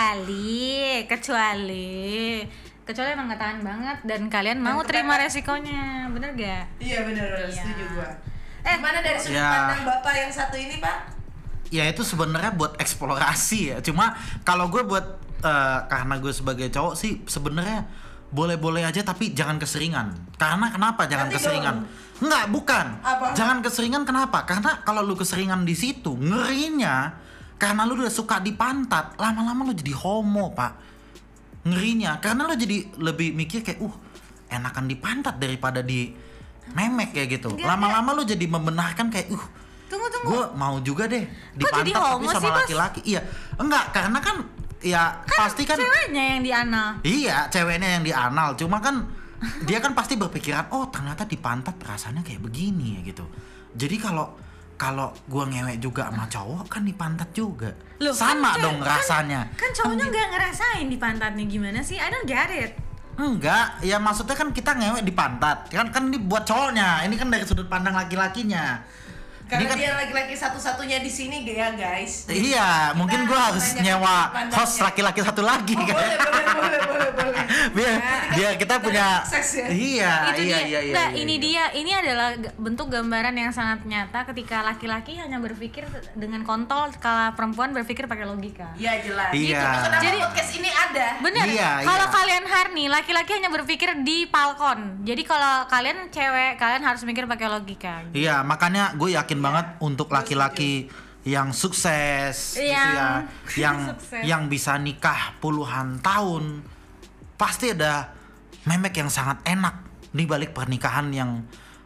Speaker 3: Kecuali emang gak tahan banget dan kalian mau terima resikonya. Bener gak?
Speaker 2: Iya benar,
Speaker 3: Iya.
Speaker 2: setuju gue. Gimana dari sudut
Speaker 1: Ya.
Speaker 2: pandang Bapak yang satu ini, Pak?
Speaker 1: ya itu sebenarnya buat eksplorasi ya. Cuma kalau gue buat karena gue sebagai cowok sih sebenarnya boleh-boleh aja tapi jangan keseringan. Karena kenapa jangan
Speaker 2: Nanti
Speaker 1: keseringan? Enggak, bukan.
Speaker 2: Apa?
Speaker 1: Jangan keseringan kenapa? Karena kalau lu keseringan di situ, ngerinya karena lu udah suka di pantat, lama-lama lu jadi homo, Pak. Ngerinya karena lu jadi lebih mikir kayak enakan di pantat daripada di memek kayak gitu. Lama-lama lu jadi membenarkan kayak
Speaker 3: Tunggu.
Speaker 1: gue mau juga deh di
Speaker 3: Kok jadi
Speaker 1: pantat tapi
Speaker 3: homo sih,
Speaker 1: sama
Speaker 3: Bos?
Speaker 1: laki-laki. Iya, enggak karena kan ya pasti kan
Speaker 3: Ceweknya yang di anal.
Speaker 1: iya ceweknya yang di anal. Cuma kan dia kan pasti berpikiran ternyata di pantat rasanya kayak begini ya gitu. Jadi kalau gue ngewek juga sama cowok kan di pantat juga.
Speaker 3: Loh,
Speaker 1: sama
Speaker 3: kan
Speaker 1: dong rasanya.
Speaker 3: Kan cowoknya nggak ngerasain di pantatnya gimana sih? I don't get it.
Speaker 1: Enggak, ya maksudnya kan kita ngewek di pantat. Kan ini buat cowoknya. Ini kan dari sudut pandang laki-lakinya.
Speaker 2: Karena
Speaker 1: Ini kan-
Speaker 2: dia laki-laki satu-satunya di sini ya, guys.
Speaker 1: Iya, mungkin gue harus
Speaker 2: banyak
Speaker 1: nyewa
Speaker 2: pandangnya.
Speaker 1: host laki-laki satu lagi
Speaker 2: Oh,
Speaker 1: kan.
Speaker 2: boleh.
Speaker 1: biar kita punya
Speaker 2: sukses ya.
Speaker 1: iya
Speaker 3: Itu
Speaker 1: iya
Speaker 3: dia.
Speaker 1: iya
Speaker 3: Nah,
Speaker 1: iya,
Speaker 3: ini
Speaker 1: iya.
Speaker 3: dia. Ini adalah bentuk gambaran yang sangat nyata ketika laki-laki hanya berpikir dengan kontol, kalau perempuan berpikir pakai logika.
Speaker 2: Iya jelas.
Speaker 1: Iya.
Speaker 2: Itu kenapa
Speaker 3: Jadi-
Speaker 2: podcast ini ada?
Speaker 3: Bener,
Speaker 1: Iya,
Speaker 3: kalau
Speaker 1: iya.
Speaker 3: kalian Harni, laki-laki hanya berpikir di palkon. Jadi kalau kalian cewek, kalian harus mikir pakai logika.
Speaker 1: Iya, makanya gue yakin banget untuk laki-laki yang sukses gitu ya, yang
Speaker 3: Sukses.
Speaker 1: yang bisa nikah puluhan tahun, pasti ada memek yang sangat enak di balik pernikahan yang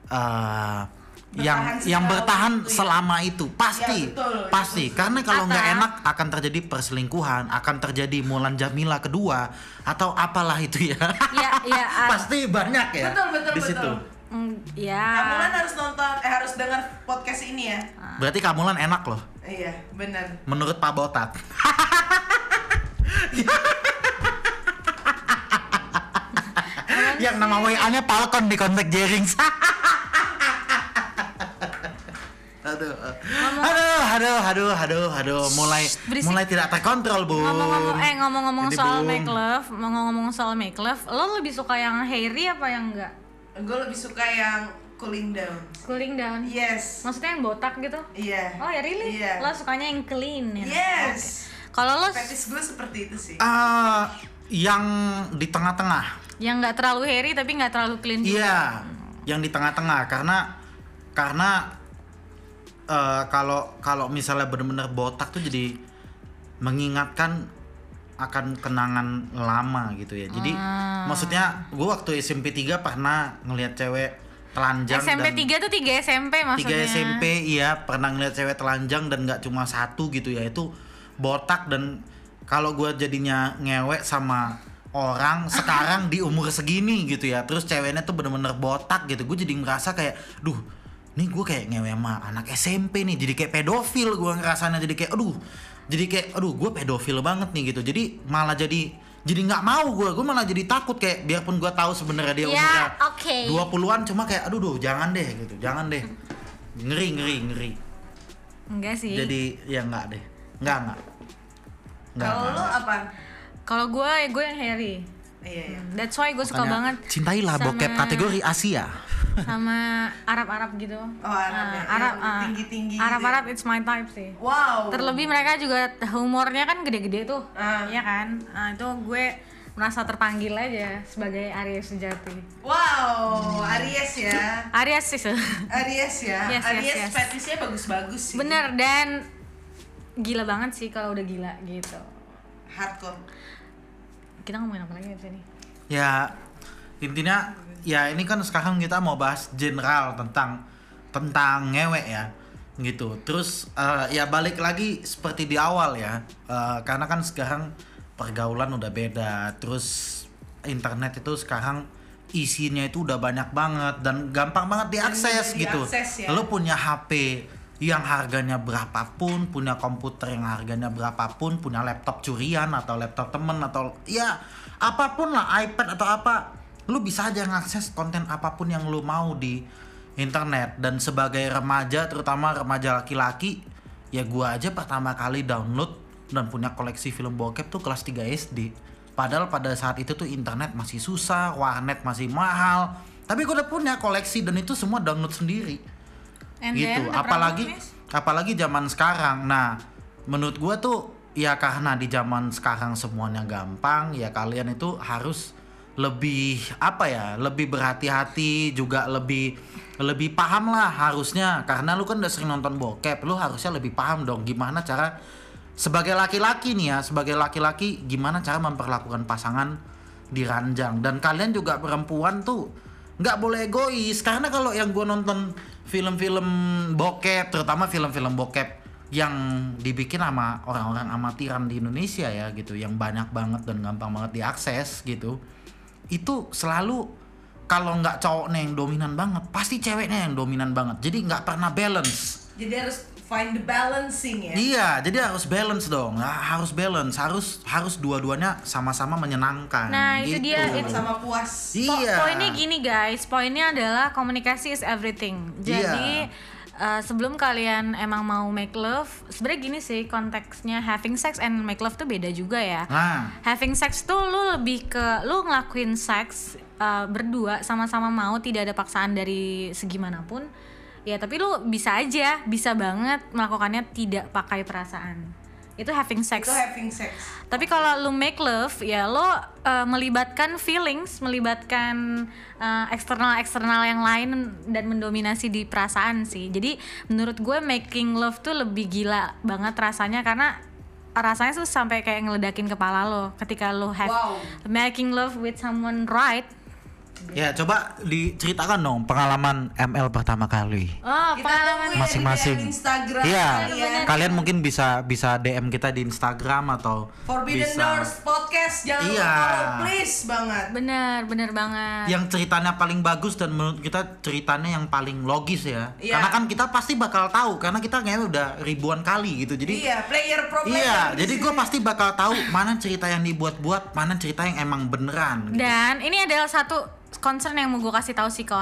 Speaker 1: yang bertahan
Speaker 2: itu ya.
Speaker 1: selama itu pasti
Speaker 2: Ya, betul.
Speaker 1: pasti karena kalau nggak
Speaker 3: Atau-
Speaker 1: enak akan terjadi perselingkuhan, akan terjadi Mulan Jamila kedua atau apalah itu ya.
Speaker 3: Ya,
Speaker 1: Pasti banyak ya
Speaker 2: Betul,
Speaker 1: di situ.
Speaker 3: ya.
Speaker 2: Kamu kan harus nonton, harus dengar podcast ini ya.
Speaker 1: Berarti Kamulan enak loh
Speaker 2: Iya, benar.
Speaker 1: menurut Pak Botat. Yang nama WA-nya Falcon di kontak Jerings. Aduh,
Speaker 3: berisik.
Speaker 1: mulai tidak terkontrol, Bu.
Speaker 3: Ngomong-ngomong
Speaker 1: Ini,
Speaker 3: soal
Speaker 1: Bung.
Speaker 3: make love, ngomong-ngomong soal make love, lo lebih suka yang hairy apa yang enggak?
Speaker 2: Gue lebih suka yang cooling down.
Speaker 3: Cooling down.
Speaker 2: Yes.
Speaker 3: Maksudnya yang botak gitu?
Speaker 2: Iya.
Speaker 3: Oh ya really?
Speaker 2: Iya.
Speaker 3: Lo sukanya yang clean ya?
Speaker 2: Yes.
Speaker 3: Oke. Kalau lo
Speaker 2: Fetish gue seperti itu sih.
Speaker 1: Yang di tengah-tengah.
Speaker 3: yang nggak terlalu hairy tapi nggak terlalu clean juga.
Speaker 1: Iya, yang di tengah-tengah karena kalau misalnya benar-benar botak tuh jadi mengingatkan akan kenangan lama gitu ya. Jadi maksudnya gue waktu SMP 3 pernah ngelihat cewek telanjang
Speaker 3: SMP
Speaker 1: dan
Speaker 3: 3 tuh 3 SMP maksudnya.
Speaker 1: 3 SMP iya pernah ngeliat cewek telanjang dan nggak cuma satu gitu ya, itu botak. Dan kalau gue jadinya ngewek sama orang sekarang di umur segini gitu ya, terus ceweknya tuh bener-bener botak gitu, gue jadi ngerasa kayak nih gue kayak ngewe sama anak SMP nih, jadi kayak pedofil gue ngerasanya, jadi kayak gue pedofil banget nih gitu. Jadi malah jadi nggak mau gue malah jadi takut, kayak biarpun gue tahu sebenarnya dia
Speaker 3: Ya,
Speaker 1: umurnya
Speaker 3: oke.
Speaker 1: 20-an, cuma kayak jangan deh gitu, jangan deh, ngeri.
Speaker 3: Enggak sih.
Speaker 1: Jadi ya enggak deh, enggak.
Speaker 2: Kalau lo apa?
Speaker 3: Kalau gue yang Harry.
Speaker 2: Iya.
Speaker 3: That's why gue suka
Speaker 1: Makanya
Speaker 3: banget.
Speaker 1: cintailah
Speaker 3: sama-
Speaker 1: bokep kategori Asia.
Speaker 3: Sama Arab gitu.
Speaker 2: Oh, Arab ya.
Speaker 3: Arab,
Speaker 2: Yang tinggi-tinggi gitu
Speaker 3: Arab it's my type sih.
Speaker 2: Wow.
Speaker 3: Terlebih mereka juga humornya kan gede-gede tuh.
Speaker 2: Ah.
Speaker 3: Iya kan? Itu gue merasa terpanggil aja sebagai Aries sejati.
Speaker 2: Wow, Aries ya.
Speaker 3: Aries sih.
Speaker 2: Aries ya.
Speaker 3: Yes,
Speaker 2: Aries
Speaker 3: yes.
Speaker 2: fetishnya bagus-bagus sih.
Speaker 3: Bener, dan gila banget sih kalau udah gila gitu.
Speaker 2: Hardcore.
Speaker 3: Kita ngomongin apa lagi abis ini?
Speaker 1: Ya intinya ya ini kan sekarang kita mau bahas general tentang ngewek ya gitu. Terus ya balik lagi seperti di awal ya, karena kan sekarang pergaulan udah beda. Terus internet itu sekarang isinya itu udah banyak banget dan gampang banget diakses
Speaker 2: Dan
Speaker 1: gitu.
Speaker 2: diakses ya.
Speaker 1: Lo punya HP yang harganya berapapun, punya komputer yang harganya berapapun, punya laptop curian atau laptop temen atau ya apapun lah, iPad atau apa, lu bisa aja ngakses konten apapun yang lu mau di internet. Dan sebagai remaja, terutama remaja laki-laki, ya gua aja pertama kali download dan punya koleksi film bokep tuh kelas 3 SD. Padahal pada saat itu tuh internet masih susah, warnet masih mahal, tapi gua udah punya koleksi dan itu semua download sendiri.
Speaker 3: And
Speaker 1: Gitu,
Speaker 3: then, the problem is-
Speaker 1: apalagi zaman sekarang. Nah, menurut gua tuh ya karena di zaman sekarang semuanya gampang, ya kalian itu harus lebih lebih berhati-hati, juga lebih paham lah harusnya, karena lu kan udah sering nonton bokep, lu harusnya lebih paham dong gimana cara sebagai laki-laki nih ya, sebagai laki-laki gimana cara memperlakukan pasangan di ranjang. Dan kalian juga perempuan tuh nggak boleh egois, karena kalau yang gue nonton film-film bokep, terutama film-film bokep yang dibikin sama orang-orang amatiran di Indonesia ya gitu, yang banyak banget dan gampang banget diakses gitu, itu selalu kalau nggak cowoknya yang dominan banget, pasti ceweknya yang dominan banget, jadi nggak pernah balance.
Speaker 2: Jadi harus find the balancing ya.
Speaker 1: Iya, jadi harus balance dong. Nah, harus balance, harus dua-duanya sama-sama menyenangkan.
Speaker 3: Nah, itu
Speaker 1: gitu.
Speaker 3: dia,
Speaker 2: Sama puas.
Speaker 1: Iya.
Speaker 3: Poinnya gini guys, poinnya adalah komunikasi is everything. Jadi sebelum kalian emang mau make love, sebenarnya gini sih konteksnya, having sex and make love tuh beda juga ya.
Speaker 1: Nah,
Speaker 3: Having sex tuh lu lebih ke lu ngelakuin seks berdua sama-sama mau, tidak ada paksaan dari segi manapun. Ya tapi lu bisa banget melakukannya tidak pakai perasaan. Itu having sex.
Speaker 2: Itu having sex.
Speaker 3: Tapi kalau lu make love, ya lo melibatkan feelings, melibatkan eksternal yang lain dan mendominasi di perasaan sih. Jadi menurut gue making love tuh lebih gila banget rasanya, karena rasanya tuh sampai kayak ngeledakin kepala lo ketika lo have making love with someone right.
Speaker 1: ya coba diceritakan dong pengalaman ML pertama kali.
Speaker 3: Oh,
Speaker 2: Kita
Speaker 3: pengalaman
Speaker 2: tunggu ya
Speaker 1: Masing-masing.
Speaker 2: di DM Instagram
Speaker 1: Iya,
Speaker 2: kalian.
Speaker 1: kalian mungkin bisa DM kita di Instagram atau
Speaker 2: Forbidden
Speaker 1: bisa
Speaker 2: Doors Podcast, jangan
Speaker 1: Iya.
Speaker 2: lupa follow please banget.
Speaker 3: bener banget.
Speaker 1: yang ceritanya paling bagus dan menurut kita ceritanya yang paling logis ya.
Speaker 2: Iya.
Speaker 1: Karena kan kita pasti bakal tahu karena kita kayaknya udah ribuan kali gitu. Jadi
Speaker 2: Iya, player pro player.
Speaker 1: iya,
Speaker 2: di
Speaker 1: jadi
Speaker 2: sini.
Speaker 1: gue pasti bakal tahu mana cerita yang dibuat-buat, mana cerita yang emang beneran. Gitu.
Speaker 3: Dan ini adalah satu concern yang mau gue kasih tahu sih ke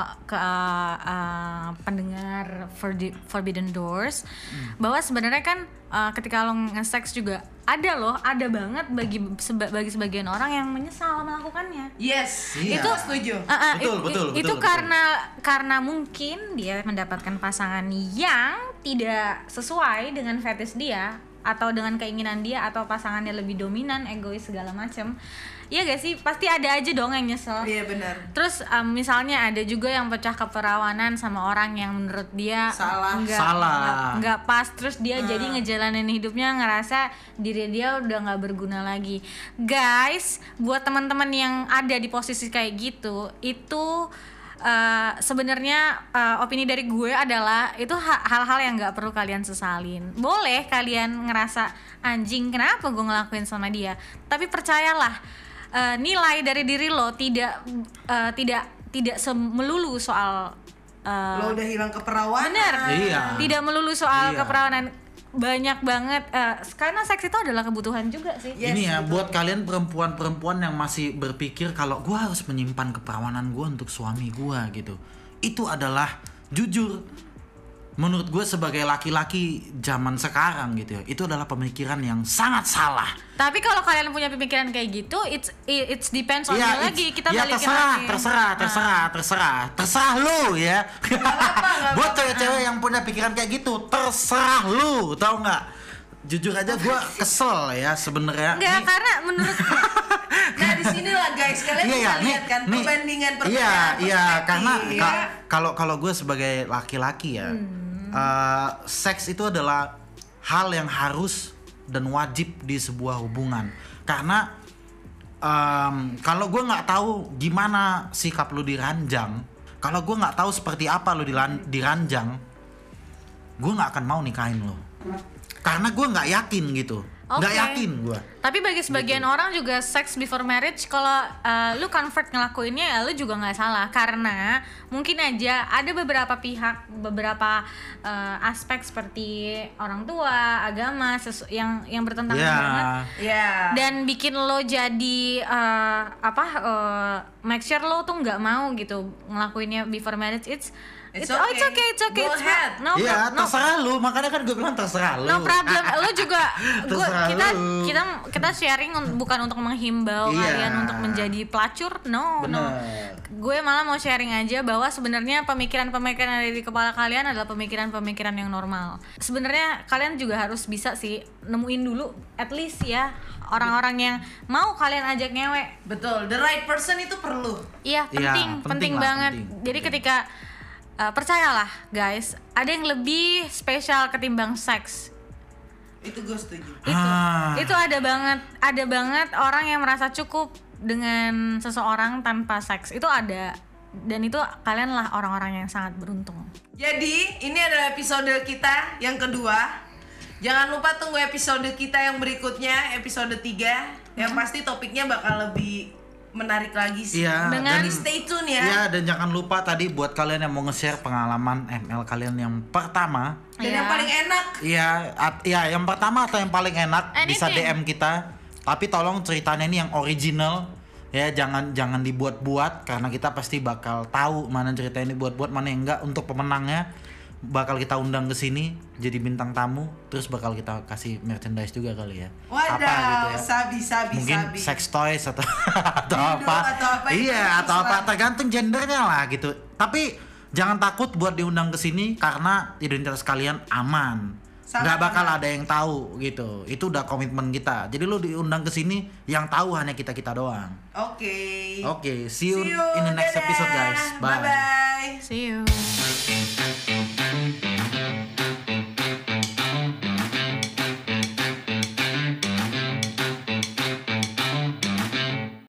Speaker 3: pendengar Forbidden Doors, bahwa sebenarnya kan ketika lo nge-sex juga ada banget bagi sebagian orang yang menyesal melakukannya.
Speaker 2: Yes,
Speaker 1: Iya.
Speaker 2: itu setuju.
Speaker 3: Itu karena mungkin dia mendapatkan pasangan yang tidak sesuai dengan fetish dia, atau dengan keinginan dia, atau pasangannya lebih dominan, egois segala macem. Iya gak sih? Pasti ada aja dong yang nyesel.
Speaker 2: Iya benar.
Speaker 3: Terus misalnya ada juga yang pecah keperawanan sama orang yang menurut dia
Speaker 2: Salah.
Speaker 3: nggak pas, terus dia jadi ngejalanin hidupnya ngerasa diri dia udah nggak berguna lagi. Guys, buat teman-teman yang ada di posisi kayak gitu, itu sebenarnya opini dari gue adalah itu hal-hal yang nggak perlu kalian sesalin. Boleh kalian ngerasa anjing kenapa gue ngelakuin sama dia, tapi percayalah nilai dari diri lo tidak melulu soal
Speaker 2: Lo udah hilang keperawanan.
Speaker 3: bener,
Speaker 1: Iya.
Speaker 3: tidak melulu soal
Speaker 1: Iya.
Speaker 3: keperawanan. Banyak banget karena seks itu adalah kebutuhan juga sih.
Speaker 2: Yes,
Speaker 1: ini ya
Speaker 2: betul.
Speaker 1: buat kalian perempuan-perempuan yang masih berpikir kalau gue harus menyimpan keperawanan gue untuk suami gue gitu. Itu adalah jujur menurut gue sebagai laki-laki zaman sekarang gitu ya, itu adalah pemikiran yang sangat salah.
Speaker 3: Tapi kalau kalian punya pemikiran kayak gitu, it's depends on you lagi. Kita balikin lagi.
Speaker 1: Terserah lu ya. Buat cewek-cewek yang punya pikiran kayak gitu, terserah lu, tau nggak? Jujur aja gue kesel ya sebenarnya.
Speaker 3: Enggak, karena menurut
Speaker 2: Nah di sinilah guys, kalian bisa lihat kan perbandingan perspektif.
Speaker 1: Iya, karena kalau gue sebagai laki-laki ya, seks itu adalah hal yang harus dan wajib di sebuah hubungan. Karena kalau gue nggak tahu gimana sikap lu diranjang, kalau gue nggak tahu seperti apa lu diranjang, gue nggak akan mau nikahin lu. Karena gue nggak yakin gitu. Nggak yakin gue.
Speaker 3: Tapi bagi sebagian orang juga sex before marriage, kalau lu convert ngelakuinnya ya lu juga nggak salah, karena mungkin aja ada beberapa pihak, beberapa aspek seperti orang tua, agama yang bertentangan banget, dan bikin lo jadi make sure lo tuh nggak mau gitu ngelakuinnya before marriage. It's okay.
Speaker 2: Go ahead.
Speaker 1: Terserah lu, makanya kan gue bilang terserah lu.
Speaker 3: No problem. Lu juga kita sharing bukan untuk menghimbau kalian untuk menjadi pelacur. No. Gue malah mau sharing aja bahwa sebenarnya pemikiran-pemikiran yang ada di kepala kalian adalah pemikiran-pemikiran yang normal. Sebenarnya kalian juga harus bisa sih nemuin dulu at least ya orang-orang yang mau kalian ajak ngewek.
Speaker 2: Betul. The right person itu perlu.
Speaker 3: Iya, penting banget. Jadi ketika percayalah guys, ada yang lebih spesial ketimbang seks.
Speaker 2: Itu gue setuju.
Speaker 3: Itu ada banget orang yang merasa cukup dengan seseorang tanpa seks. Itu ada, dan itu kalianlah orang-orang yang sangat beruntung.
Speaker 2: Jadi ini adalah episode kita yang kedua. Jangan lupa tunggu episode kita yang berikutnya, episode 3. Yang pasti topiknya bakal lebih menarik lagi sih. Jadi stay tune ya.
Speaker 1: Iya, dan jangan lupa tadi buat kalian yang mau nge-share pengalaman ML kalian yang pertama
Speaker 2: dan yang paling enak.
Speaker 1: Iya, yang pertama atau yang paling enak bisa DM kita. Tapi tolong ceritanya ini yang original ya, jangan dibuat-buat, karena kita pasti bakal tahu mana cerita ini buat-buat, mana yang enggak. Untuk pemenangnya bakal kita undang ke sini jadi bintang tamu, terus bakal kita kasih merchandise juga kali ya.
Speaker 2: Wadaw,
Speaker 1: apa gitu ya.
Speaker 2: Sabi.
Speaker 1: Mungkin sex toys atau atau apa tergantung gendernya lah gitu. Tapi jangan takut buat diundang ke sini karena identitas kalian aman. Nggak bakal ada yang tahu gitu. Itu udah komitmen kita. Jadi lu diundang ke sini, yang tahu hanya kita doang.
Speaker 2: Oke.
Speaker 1: See you in the next episode guys. Bye.
Speaker 2: Bye.
Speaker 3: See you.